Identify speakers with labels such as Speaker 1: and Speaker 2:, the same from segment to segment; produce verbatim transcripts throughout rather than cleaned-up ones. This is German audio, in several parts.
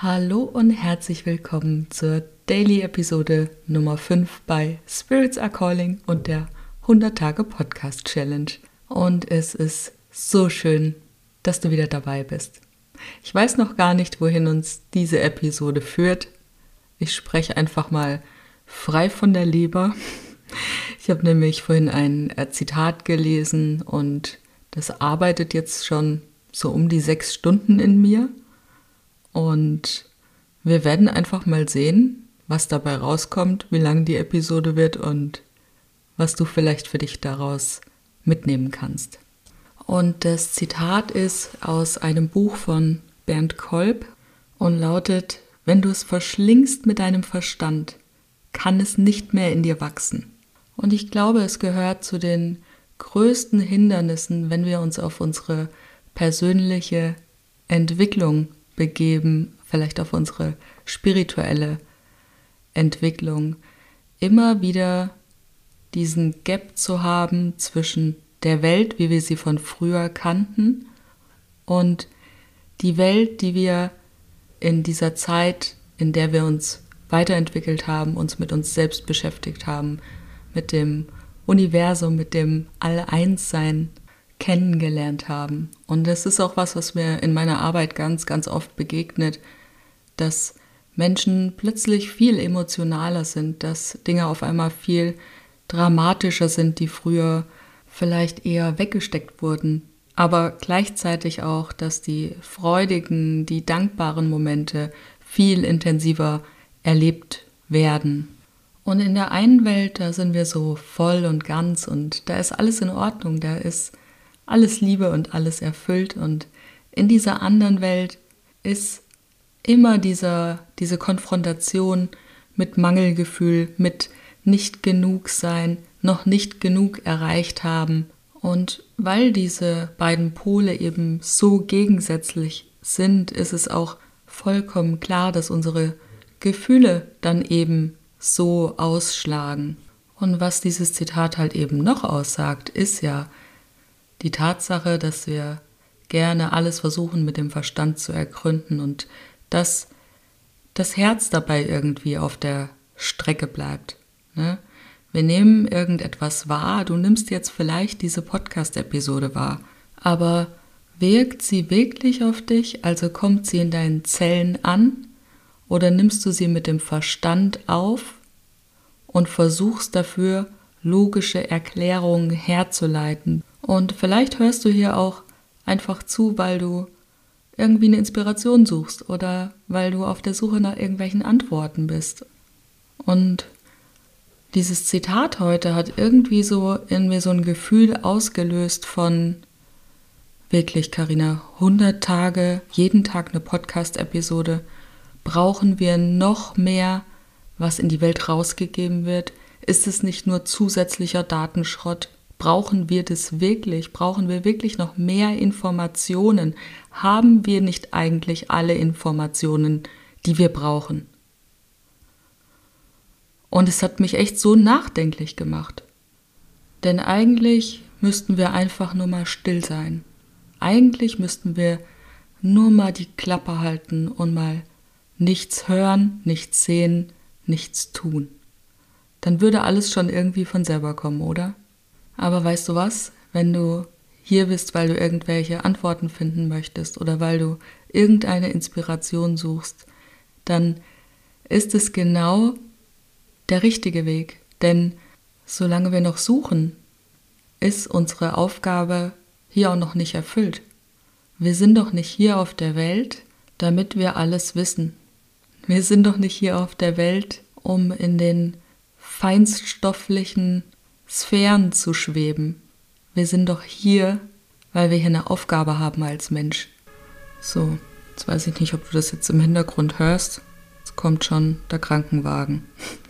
Speaker 1: Hallo und herzlich willkommen zur Daily-Episode Nummer fünf bei Spirits Are Calling und der hundert Tage Podcast Challenge. Und es ist so schön, dass du wieder dabei bist. Ich weiß noch gar nicht, wohin uns diese Episode führt. Ich spreche einfach mal frei von der Leber. Ich habe nämlich vorhin ein Zitat gelesen und das arbeitet jetzt schon so um die sechs Stunden in mir. Und wir werden einfach mal sehen, was dabei rauskommt, wie lang die Episode wird und was du vielleicht für dich daraus mitnehmen kannst. Und das Zitat ist aus einem Buch von Bernd Kolb und lautet: Wenn du es verschlingst mit deinem Verstand, kann es nicht mehr in dir wachsen. Und ich glaube, es gehört zu den größten Hindernissen, wenn wir uns auf unsere persönliche Entwicklung begeben, vielleicht auf unsere spirituelle Entwicklung, immer wieder diesen Gap zu haben zwischen der Welt, wie wir sie von früher kannten, und die Welt, die wir in dieser Zeit, in der wir uns weiterentwickelt haben, uns mit uns selbst beschäftigt haben, mit dem Universum, mit dem All-Eins-Sein kennengelernt haben. Und das ist auch was, was mir in meiner Arbeit ganz, ganz oft begegnet, dass Menschen plötzlich viel emotionaler sind, dass Dinge auf einmal viel dramatischer sind, die früher vielleicht eher weggesteckt wurden. Aber gleichzeitig auch, dass die freudigen, die dankbaren Momente viel intensiver erlebt werden. Und in der einen Welt, da sind wir so voll und ganz und da ist alles in Ordnung, da ist alles Liebe und alles erfüllt, und in dieser anderen Welt ist immer dieser, diese Konfrontation mit Mangelgefühl, mit nicht genug sein, noch nicht genug erreicht haben. Und weil diese beiden Pole eben so gegensätzlich sind, ist es auch vollkommen klar, dass unsere Gefühle dann eben so ausschlagen. Und was dieses Zitat halt eben noch aussagt, ist ja die Tatsache, dass wir gerne alles versuchen mit dem Verstand zu ergründen und dass das Herz dabei irgendwie auf der Strecke bleibt. Ne? Wir nehmen irgendetwas wahr, du nimmst jetzt vielleicht diese Podcast-Episode wahr, aber wirkt sie wirklich auf dich? Also kommt sie in deinen Zellen an oder nimmst du sie mit dem Verstand auf und versuchst dafür logische Erklärungen herzuleiten? Und vielleicht hörst du hier auch einfach zu, weil du irgendwie eine Inspiration suchst oder weil du auf der Suche nach irgendwelchen Antworten bist. Und dieses Zitat heute hat irgendwie so in mir so ein Gefühl ausgelöst von, wirklich, Carina, hundert Tage, jeden Tag eine Podcast-Episode. Brauchen wir noch mehr, was in die Welt rausgegeben wird? Ist es nicht nur zusätzlicher Datenschrott? Brauchen wir das wirklich? Brauchen wir wirklich noch mehr Informationen? Haben wir nicht eigentlich alle Informationen, die wir brauchen? Und es hat mich echt so nachdenklich gemacht. Denn eigentlich müssten wir einfach nur mal still sein. Eigentlich müssten wir nur mal die Klappe halten und mal nichts hören, nichts sehen, nichts tun. Dann würde alles schon irgendwie von selber kommen, oder? Aber weißt du was? Wenn du hier bist, weil du irgendwelche Antworten finden möchtest oder weil du irgendeine Inspiration suchst, dann ist es genau der richtige Weg. Denn solange wir noch suchen, ist unsere Aufgabe hier auch noch nicht erfüllt. Wir sind doch nicht hier auf der Welt, damit wir alles wissen. Wir sind doch nicht hier auf der Welt, um in den feinststofflichen Sphären zu schweben. Wir sind doch hier, weil wir hier eine Aufgabe haben als Mensch. So, jetzt weiß ich nicht, ob du das jetzt im Hintergrund hörst. Jetzt kommt schon der Krankenwagen.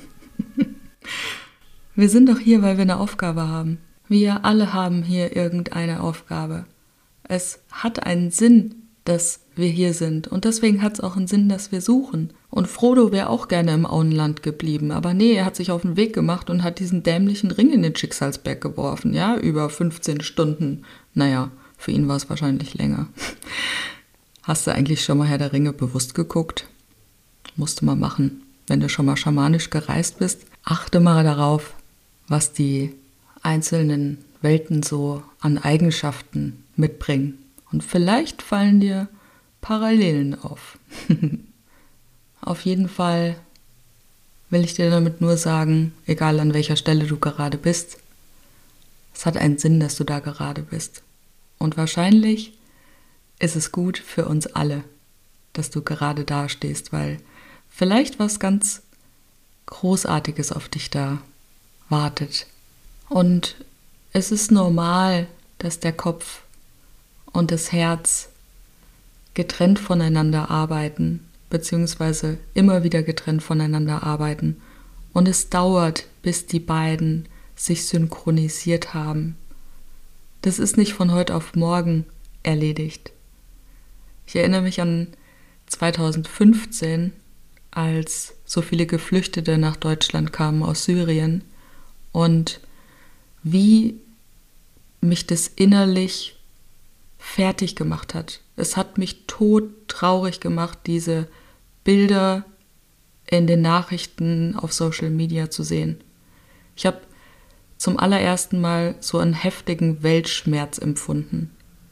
Speaker 1: Wir sind doch hier, weil wir eine Aufgabe haben. Wir alle haben hier irgendeine Aufgabe. Es hat einen Sinn, dass wir hier sind. Und deswegen hat es auch einen Sinn, dass wir suchen. Und Frodo wäre auch gerne im Auenland geblieben. Aber nee, er hat sich auf den Weg gemacht und hat diesen dämlichen Ring in den Schicksalsberg geworfen. Ja, über fünfzehn Stunden. Naja, für ihn war es wahrscheinlich länger. Hast du eigentlich schon mal Herr der Ringe bewusst geguckt? Musst du mal machen. Wenn du schon mal schamanisch gereist bist, achte mal darauf, was die einzelnen Welten so an Eigenschaften mitbringen. Und vielleicht fallen dir Parallelen auf. Auf jeden Fall will ich dir damit nur sagen, egal an welcher Stelle du gerade bist, es hat einen Sinn, dass du da gerade bist. Und wahrscheinlich ist es gut für uns alle, dass du gerade da stehst, weil vielleicht was ganz Großartiges auf dich da wartet. Und es ist normal, dass der Kopf und das Herz getrennt voneinander arbeiten, beziehungsweise immer wieder getrennt voneinander arbeiten. Und es dauert, bis die beiden sich synchronisiert haben. Das ist nicht von heute auf morgen erledigt. Ich erinnere mich an zweitausendfünfzehn, als so viele Geflüchtete nach Deutschland kamen aus Syrien und wie mich das innerlich fertig gemacht hat. Es hat mich todtraurig gemacht, diese Bilder in den Nachrichten auf Social Media zu sehen. Ich habe zum allerersten Mal so einen heftigen Weltschmerz empfunden,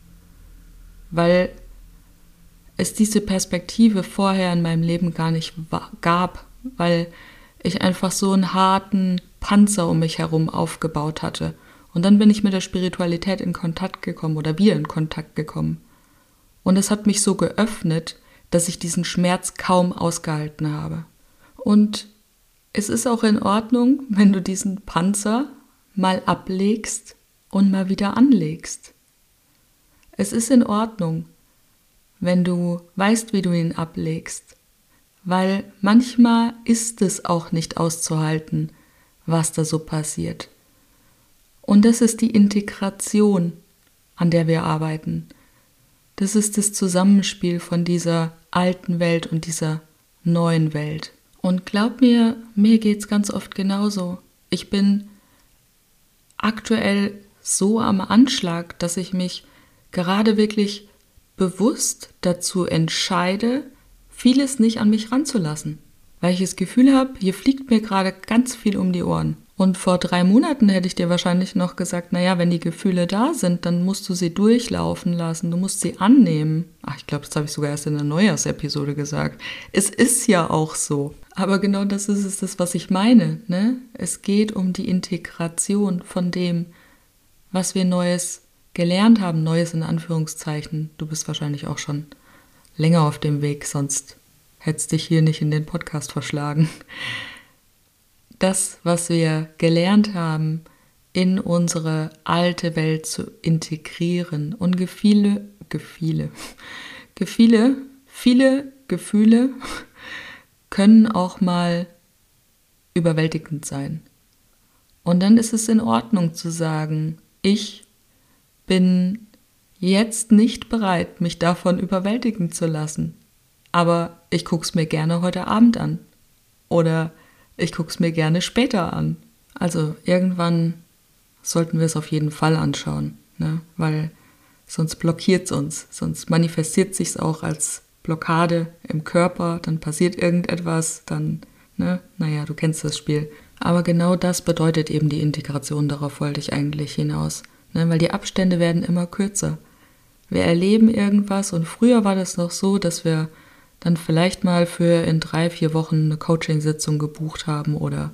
Speaker 1: weil es diese Perspektive vorher in meinem Leben gar nicht gab, weil ich einfach so einen harten Panzer um mich herum aufgebaut hatte. Und dann bin ich mit der Spiritualität in Kontakt gekommen oder wieder in Kontakt gekommen. Und es hat mich so geöffnet, dass ich diesen Schmerz kaum ausgehalten habe. Und es ist auch in Ordnung, wenn du diesen Panzer mal ablegst und mal wieder anlegst. Es ist in Ordnung, wenn du weißt, wie du ihn ablegst, weil manchmal ist es auch nicht auszuhalten, was da so passiert. Und das ist die Integration, an der wir arbeiten. Das ist das Zusammenspiel von dieser alten Welt und dieser neuen Welt. Und glaub mir, mir geht's ganz oft genauso. Ich bin aktuell so am Anschlag, dass ich mich gerade wirklich bewusst dazu entscheide, vieles nicht an mich ranzulassen. Weil ich das Gefühl habe, hier fliegt mir gerade ganz viel um die Ohren. Und vor drei Monaten hätte ich dir wahrscheinlich noch gesagt, naja, wenn die Gefühle da sind, dann musst du sie durchlaufen lassen, du musst sie annehmen. Ach, ich glaube, das habe ich sogar erst in der Neujahrsepisode gesagt. Es ist ja auch so. Aber genau das ist es, das, was ich meine, ne? Es geht um die Integration von dem, was wir Neues gelernt haben, Neues in Anführungszeichen. Du bist wahrscheinlich auch schon länger auf dem Weg, sonst hättest dich hier nicht in den Podcast verschlagen. Das, was wir gelernt haben, in unsere alte Welt zu integrieren und Gefühle, Gefühle, Gefühle, viele Gefühle können auch mal überwältigend sein. Und dann ist es in Ordnung zu sagen, ich bin jetzt nicht bereit, mich davon überwältigen zu lassen. Aber ich gucke es mir gerne heute Abend an. Oder ich gucke es mir gerne später an. Also irgendwann sollten wir es auf jeden Fall anschauen, ne? Weil sonst blockiert es uns. Sonst manifestiert sich es auch als Blockade im Körper. Dann passiert irgendetwas. Dann, ne? Naja, du kennst das Spiel. Aber genau das bedeutet eben die Integration. Darauf wollte ich eigentlich hinaus. Ne, weil die Abstände werden immer kürzer. Wir erleben irgendwas und früher war das noch so, dass wir dann vielleicht mal für in drei, vier Wochen eine Coaching-Sitzung gebucht haben oder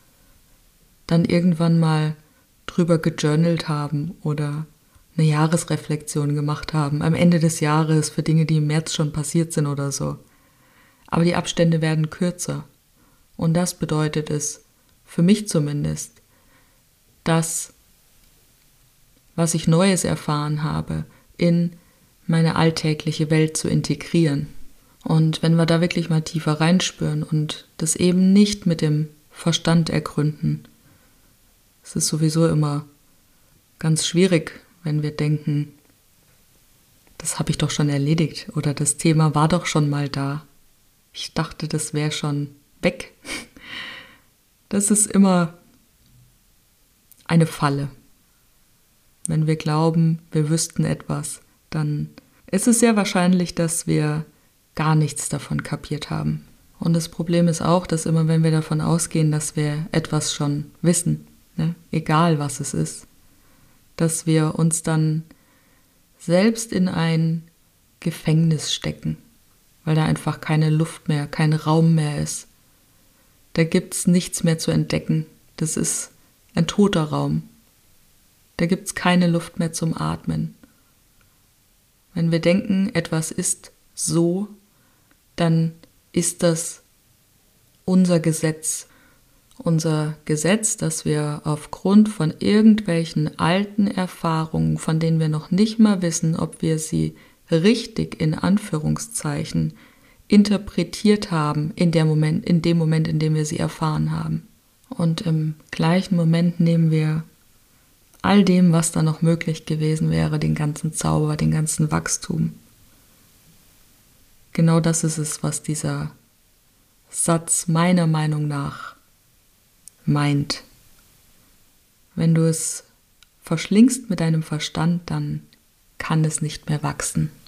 Speaker 1: dann irgendwann mal drüber gejournalt haben oder eine Jahresreflexion gemacht haben, am Ende des Jahres für Dinge, die im März schon passiert sind oder so. Aber die Abstände werden kürzer. Und das bedeutet es, für mich zumindest, dass was ich Neues erfahren habe, in meine alltägliche Welt zu integrieren. Und wenn wir da wirklich mal tiefer reinspüren und das eben nicht mit dem Verstand ergründen, es ist sowieso immer ganz schwierig, wenn wir denken, das habe ich doch schon erledigt oder das Thema war doch schon mal da. Ich dachte, das wäre schon weg. Das ist immer eine Falle. Wenn wir glauben, wir wüssten etwas, dann ist es sehr wahrscheinlich, dass wir gar nichts davon kapiert haben. Und das Problem ist auch, dass immer wenn wir davon ausgehen, dass wir etwas schon wissen, ne, egal was es ist, dass wir uns dann selbst in ein Gefängnis stecken, weil da einfach keine Luft mehr, kein Raum mehr ist. Da gibt es nichts mehr zu entdecken. Das ist ein toter Raum. Da gibt es keine Luft mehr zum Atmen. Wenn wir denken, etwas ist so, dann ist das unser Gesetz. Unser Gesetz, dass wir aufgrund von irgendwelchen alten Erfahrungen, von denen wir noch nicht mal wissen, ob wir sie richtig in Anführungszeichen interpretiert haben in, der Moment, in dem Moment, in dem wir sie erfahren haben. Und im gleichen Moment nehmen wir all dem, was da noch möglich gewesen wäre, den ganzen Zauber, den ganzen Wachstum. Genau das ist es, was dieser Satz meiner Meinung nach meint. Wenn du es verschlingst mit deinem Verstand, dann kann es nicht mehr wachsen.